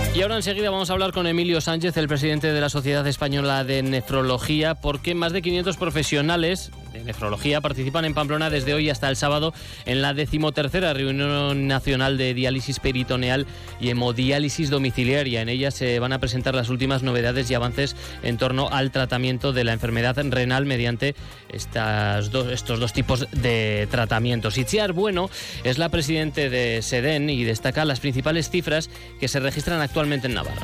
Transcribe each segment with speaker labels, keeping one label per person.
Speaker 1: Y ahora enseguida vamos a hablar con Emilio Sánchez, el presidente de la Sociedad Española de Nefrología, porque más de 500 profesionales de nefrología participan en Pamplona desde hoy hasta el sábado en la 13ª Reunión Nacional de Diálisis Peritoneal y Hemodiálisis Domiciliaria. En ella se van a presentar las últimas novedades y avances en torno al tratamiento de la enfermedad renal mediante estos dos tipos de tratamientos. Itziar Bueno es la presidente de SEDEN y destaca las principales cifras que se registran actualmente en Navarra.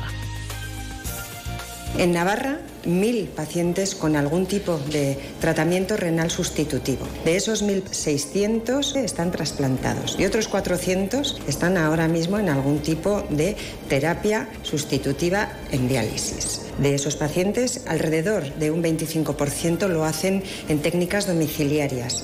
Speaker 2: En Navarra, 1.000 pacientes con algún tipo de tratamiento renal sustitutivo. De esos 1.600 están trasplantados y otros 400 están ahora mismo en algún tipo de terapia sustitutiva en diálisis. De esos pacientes, alrededor de un 25% lo hacen en técnicas domiciliarias.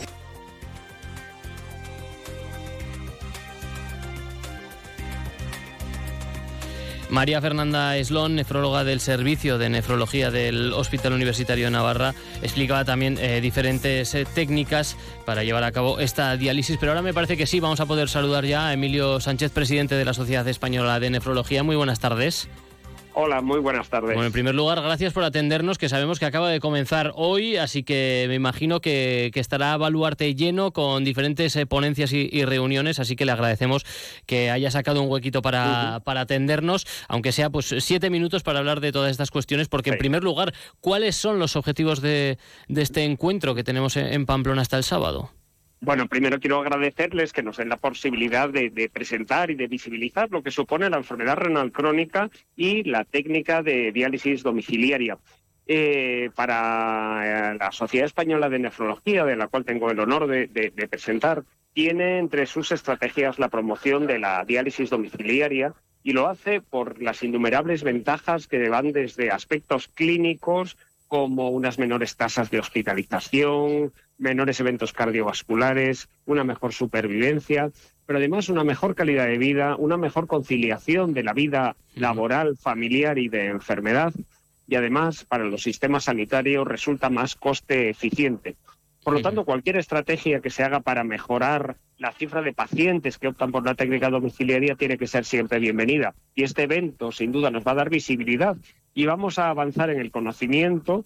Speaker 1: María Fernanda Eslón, nefróloga del Servicio de Nefrología del Hospital Universitario de Navarra, explicaba también diferentes técnicas para llevar a cabo esta diálisis. Pero ahora me parece que sí, vamos a poder saludar ya a Emilio Sánchez, presidente de la Sociedad Española de Nefrología. Muy buenas tardes.
Speaker 3: Hola, muy buenas tardes.
Speaker 1: Bueno, en primer lugar, gracias por atendernos, que sabemos que acaba de comenzar hoy, así que me imagino que estará Baluarte lleno con diferentes ponencias y reuniones, así que le agradecemos que haya sacado un huequito para atendernos, aunque sea pues 7 minutos para hablar de todas estas cuestiones, porque en primer lugar, ¿cuáles son los objetivos de este encuentro que tenemos en Pamplona hasta el sábado?
Speaker 3: Bueno, primero quiero agradecerles que nos den la posibilidad de presentar y de visibilizar lo que supone la enfermedad renal crónica y la técnica de diálisis domiciliaria. Para la Sociedad Española de Nefrología, de la cual tengo el honor de presentar, tiene entre sus estrategias la promoción de la diálisis domiciliaria y lo hace por las innumerables ventajas que van desde aspectos clínicos, como unas menores tasas de hospitalización, menores eventos cardiovasculares, una mejor supervivencia, pero además una mejor calidad de vida, una mejor conciliación de la vida laboral, familiar y de enfermedad, y además para los sistemas sanitarios resulta más coste eficiente. Por lo tanto, cualquier estrategia que se haga para mejorar la cifra de pacientes que optan por la técnica domiciliaria tiene que ser siempre bienvenida. Y este evento, sin duda, nos va a dar visibilidad y vamos a avanzar en el conocimiento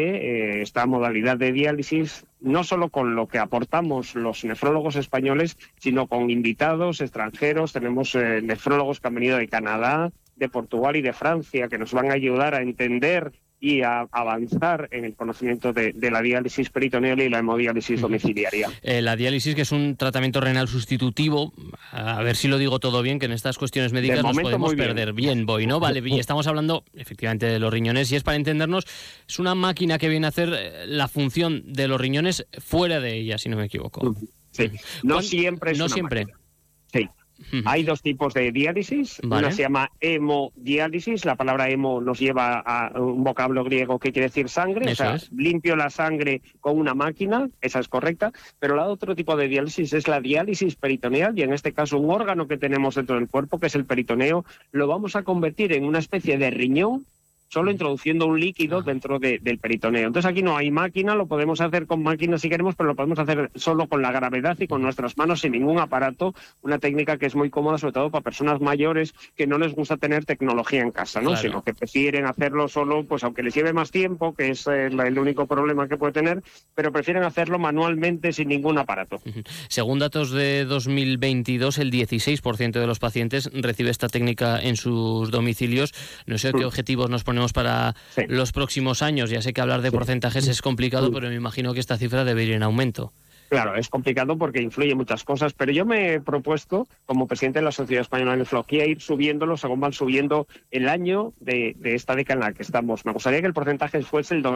Speaker 3: de esta modalidad de diálisis, no solo con lo que aportamos los nefrólogos españoles, sino con invitados extranjeros. Tenemos nefrólogos que han venido de Canadá, de Portugal y de Francia, que nos van a ayudar a entender y a avanzar en el conocimiento de la diálisis peritoneal y la hemodiálisis domiciliaria.
Speaker 1: La diálisis, que es un tratamiento renal sustitutivo, a ver si lo digo todo bien, que en estas cuestiones médicas nos podemos perder. Bien, voy, ¿no? Vale, y estamos hablando efectivamente de los riñones, y es para entendernos, es una máquina que viene a hacer la función de los riñones fuera de ella, si no me equivoco.
Speaker 3: Sí, no siempre es una máquina. Sí. Hay dos tipos de diálisis. Una se llama hemodiálisis. La palabra hemo nos lleva a un vocablo griego que quiere decir sangre.
Speaker 1: Eso es.
Speaker 3: Limpio la sangre con una máquina, esa es correcta. Pero el otro tipo de diálisis es la diálisis peritoneal, y en este caso un órgano que tenemos dentro del cuerpo, que es el peritoneo, lo vamos a convertir en una especie de riñón, solo introduciendo un líquido dentro del peritoneo. Entonces aquí no hay máquina, lo podemos hacer con máquina si queremos, pero lo podemos hacer solo con la gravedad y con nuestras manos, sin ningún aparato. Una técnica que es muy cómoda, sobre todo para personas mayores que no les gusta tener tecnología en casa, ¿no?
Speaker 1: Claro.
Speaker 3: Sino que prefieren hacerlo solo, pues aunque les lleve más tiempo, que es el único problema que puede tener, pero prefieren hacerlo manualmente sin ningún aparato.
Speaker 1: Según datos de 2022, el 16% de los pacientes recibe esta técnica en sus domicilios. No sé qué objetivos nos ponemos para los próximos años. Ya sé que hablar de porcentajes es complicado, pero me imagino que esta cifra debe ir en aumento.
Speaker 3: Claro, es complicado porque influye muchas cosas, pero yo me he propuesto, como presidente de la Sociedad Española de Nefrología, ir subiéndolo según van subiendo el año de esta década en la que estamos. Me gustaría que el porcentaje fuese el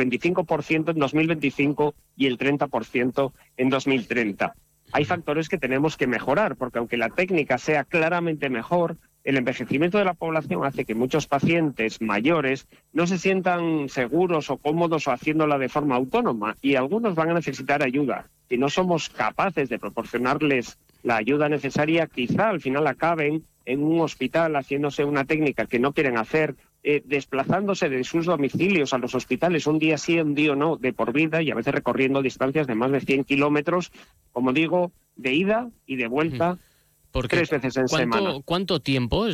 Speaker 3: 25% en 2025 y el 30% en 2030. Hay factores que tenemos que mejorar, porque aunque la técnica sea claramente mejor, el envejecimiento de la población hace que muchos pacientes mayores no se sientan seguros o cómodos o haciéndola de forma autónoma, y algunos van a necesitar ayuda. Si no somos capaces de proporcionarles la ayuda necesaria, quizá al final acaben en un hospital haciéndose una técnica que no quieren hacer, desplazándose de sus domicilios a los hospitales un día sí, un día no, de por vida, y a veces recorriendo distancias de más de 100 kilómetros, como digo, de ida y de vuelta
Speaker 1: Porque
Speaker 3: 3 veces en semana.
Speaker 1: ¿Cuánto tiempo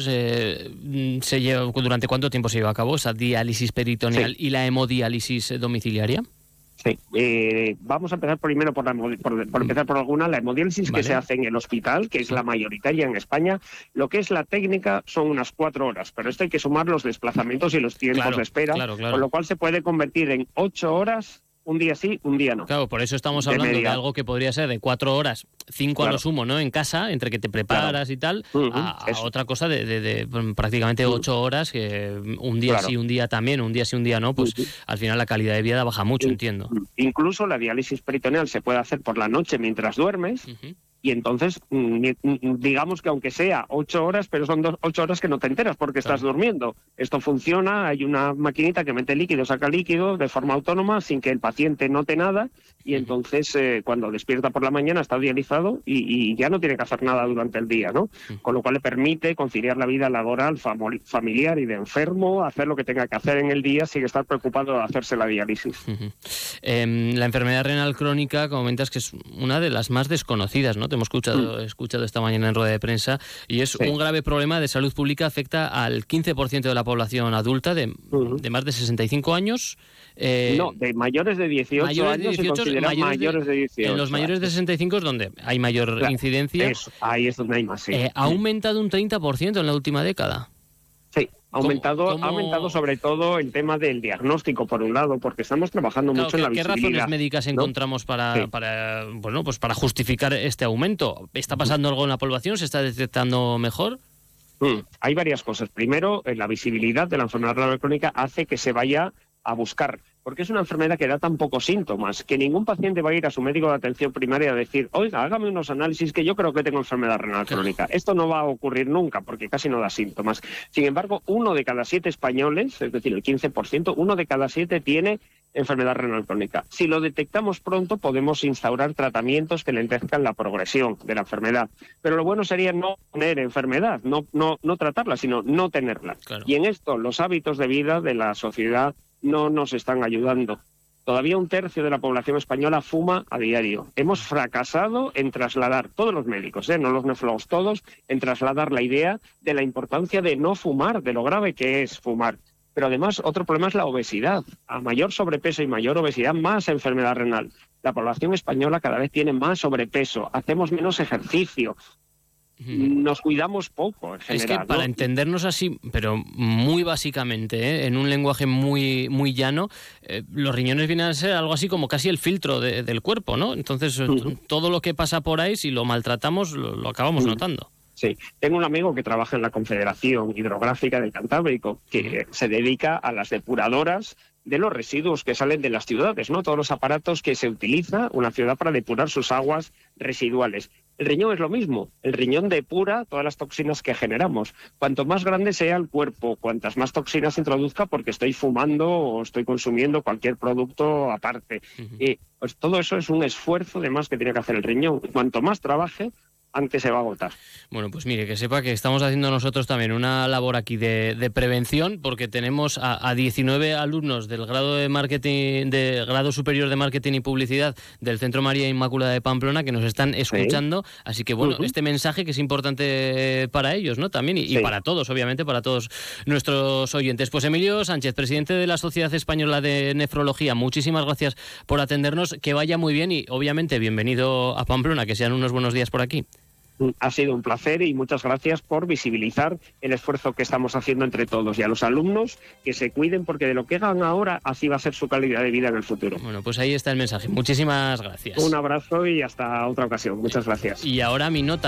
Speaker 1: durante cuánto tiempo se lleva a cabo esa diálisis peritoneal y la hemodiálisis domiciliaria?
Speaker 3: Sí, vamos a empezar primero por empezar por alguna. La hemodiálisis que se hace en el hospital, que es la mayoritaria en España, lo que es la técnica son unas 4 horas, pero esto hay que sumar los desplazamientos y los tiempos de espera, con lo cual se puede convertir en 8 horas, un día sí, un día no.
Speaker 1: Claro, por eso estamos hablando de algo que podría ser de 4 horas, 5 a lo sumo, ¿no? En casa, entre que te preparas y tal, a otra cosa de prácticamente 8 horas, que un día sí, un día también, un día sí, un día no, pues al final la calidad de vida baja mucho, entiendo.
Speaker 3: Incluso la diálisis peritoneal se puede hacer por la noche mientras duermes. Y entonces, digamos que aunque sea 8 horas, pero son 8 horas que no te enteras porque estás durmiendo. Esto funciona, hay una maquinita que mete líquido, saca líquido de forma autónoma sin que el paciente note nada, y entonces cuando despierta por la mañana está dializado y ya no tiene que hacer nada durante el día, ¿no? Con lo cual le permite conciliar la vida laboral, familiar y de enfermo, hacer lo que tenga que hacer en el día sin estar preocupado de hacerse la diálisis.
Speaker 1: La enfermedad renal crónica, comentas que es una de las más desconocidas, ¿no? Te hemos escuchado esta mañana en rueda de prensa, y es un grave problema de salud pública. Afecta al 15% de la población adulta de más de 65 años.
Speaker 3: No, de mayores de 18 años se consideran mayores de 18.
Speaker 1: En los mayores de 65 es donde hay mayor incidencia.
Speaker 3: Ahí es donde hay más.
Speaker 1: Ha aumentado un 30% en la última década.
Speaker 3: Sí. Ha aumentado sobre todo el tema del diagnóstico, por un lado, porque estamos trabajando mucho en la visibilidad.
Speaker 1: ¿Qué razones médicas encontramos para justificar este aumento? ¿Está pasando algo en la población? ¿Se está detectando mejor?
Speaker 3: Hay varias cosas. Primero, la visibilidad de la enfermedad renal crónica hace que se vaya a buscar, porque es una enfermedad que da tan pocos síntomas que ningún paciente va a ir a su médico de atención primaria a decir: oiga, hágame unos análisis que yo creo que tengo enfermedad renal crónica. Esto no va a ocurrir nunca porque casi no da síntomas. Sin embargo, 1 de cada 7 españoles, es decir, el 15%, 1 de cada 7 tiene enfermedad renal crónica. Si lo detectamos pronto, podemos instaurar tratamientos que lentezcan la progresión de la enfermedad. Pero lo bueno sería no tener enfermedad, no tratarla, sino no tenerla. Claro. Y en esto los hábitos de vida de la sociedad no nos están ayudando. Todavía 1/3 de la población española fuma a diario. Hemos fracasado en trasladar, todos los médicos, no los nefrólogos, todos, en trasladar la idea de la importancia de no fumar, de lo grave que es fumar. Pero además, otro problema es la obesidad. A mayor sobrepeso y mayor obesidad, más enfermedad renal. La población española cada vez tiene más sobrepeso, hacemos menos ejercicio. Nos cuidamos poco, en general.
Speaker 1: Es que para entendernos así, pero muy básicamente, en un lenguaje muy, muy llano, los riñones vienen a ser algo así como casi el filtro del cuerpo, ¿no? Entonces, todo lo que pasa por ahí, si lo maltratamos, lo acabamos notando.
Speaker 3: Sí, tengo un amigo que trabaja en la Confederación Hidrográfica del Cantábrico, que se dedica a las depuradoras de los residuos que salen de las ciudades, ¿no? Todos los aparatos que se utiliza una ciudad para depurar sus aguas residuales. El riñón es lo mismo. El riñón depura todas las toxinas que generamos. Cuanto más grande sea el cuerpo, cuantas más toxinas introduzca porque estoy fumando o estoy consumiendo cualquier producto aparte. Pues todo eso es un esfuerzo de más que tiene que hacer el riñón. Cuanto más trabaje, antes se va a agotar.
Speaker 1: Bueno, pues mire, que sepa que estamos haciendo nosotros también una labor aquí de prevención, porque tenemos a 19 alumnos del grado de marketing, de grado superior de marketing y publicidad del Centro María Inmaculada de Pamplona, que nos están escuchando. Este mensaje que es importante para ellos, ¿no? También y para todos, obviamente, para todos nuestros oyentes. Pues Emilio Sánchez, presidente de la Sociedad Española de Nefrología, muchísimas gracias por atendernos, que vaya muy bien y obviamente bienvenido a Pamplona, que sean unos buenos días por aquí.
Speaker 3: Ha sido un placer y muchas gracias por visibilizar el esfuerzo que estamos haciendo entre todos, y a los alumnos que se cuiden, porque de lo que hagan ahora así va a ser su calidad de vida en el futuro.
Speaker 1: Bueno, pues ahí está el mensaje. Muchísimas gracias.
Speaker 3: Un abrazo y hasta otra ocasión. Muchas gracias.
Speaker 1: Y ahora mi nota.